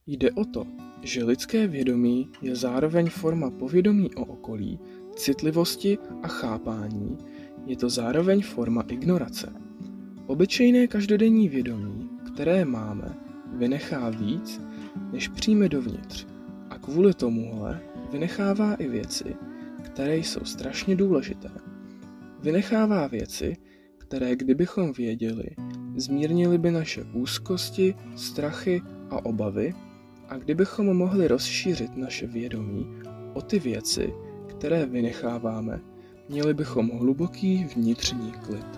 Jde o to, že lidské vědomí je zároveň forma povědomí o okolí, citlivosti a chápání, je to zároveň forma ignorace. Obyčejné každodenní vědomí, které máme, vynechá víc, než přijme dovnitř a kvůli tomuhle vynechává i věci, které jsou strašně důležité. Vynechává věci, které kdybychom věděli, zmírnily by naše úzkosti, strachy a obavy a kdybychom mohli rozšířit naše vědomí o ty věci, které vynecháváme, měli bychom hluboký vnitřní klid.